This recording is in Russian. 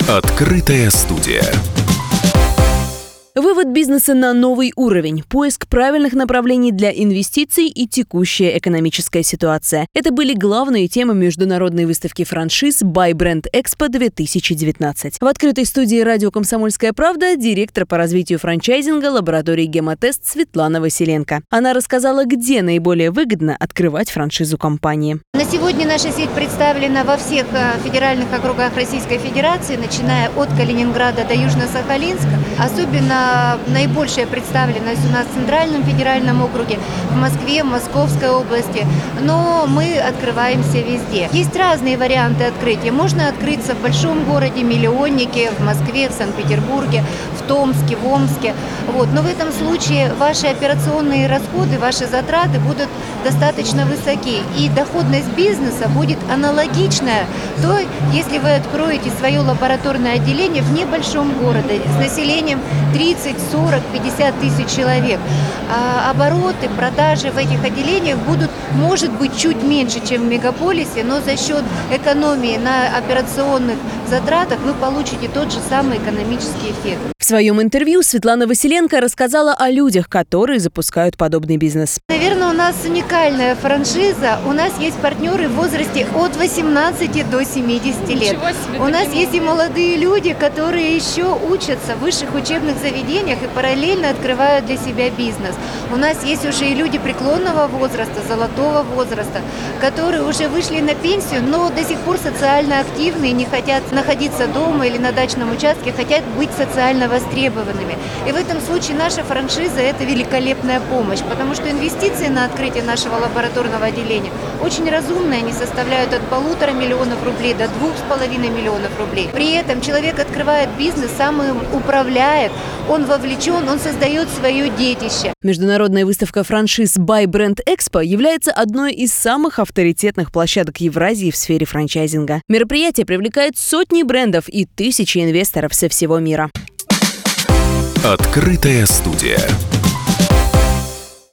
Открытая студия. Вывод бизнеса на новый уровень, поиск правильных направлений для инвестиций и текущая экономическая ситуация. Это были главные темы международной выставки франшиз Buy Brand Expo 2019. В открытой студии радио «Комсомольская правда» директор по развитию франчайзинга лаборатории «Гемотест» Светлана Василенко. Она рассказала, где наиболее выгодно открывать франшизу компании. На сегодня наша сеть представлена во всех федеральных округах Российской Федерации, начиная от Калининграда до Южно-Сахалинска. Особенно наибольшая представленность у нас в Центральном федеральном округе, в Москве, в Московской области. Но мы открываемся везде. Есть разные варианты открытия. Можно открыться в большом городе, миллионнике, в Москве, в Санкт-Петербурге, в Томске, в Омске. Но в этом случае ваши операционные расходы, ваши затраты будут достаточно высоки. И доходность бизнеса будет аналогичная той, если вы откроете свое лабораторное отделение в небольшом городе с населением 30, 40, 50 тысяч человек. Обороты, продажи в этих отделениях будут, может быть, чуть меньше, чем в мегаполисе, но за счет экономии на операционных затратах вы получите тот же самый экономический эффект. В своем интервью Светлана Василенко рассказала о людях, которые запускают подобный бизнес. Наверное, у нас уникальная франшиза. У нас есть партнеры в возрасте от 18 до 70 лет. У нас есть и молодые люди, которые еще учатся в высших учебных заведениях и параллельно открывают для себя бизнес. У нас есть уже и люди преклонного возраста, золотого возраста, которые уже вышли на пенсию, но до сих пор социально активны и не хотят находиться дома или на дачном участке, хотят быть социально востребованными. И в этом случае наша франшиза – это великолепная помощь, потому что инвестиции на открытие нашего лабораторного отделения очень разумные, они составляют от 1,5 миллиона рублей до 2,5 миллионов рублей. При этом человек открывает бизнес, сам им управляет, он вовлечен, он создает свое детище. Международная выставка франшиз Buy Brand Expo является одной из самых авторитетных площадок Евразии в сфере франчайзинга. Мероприятие привлекает сотни брендов и тысячи инвесторов со всего мира. Открытая студия.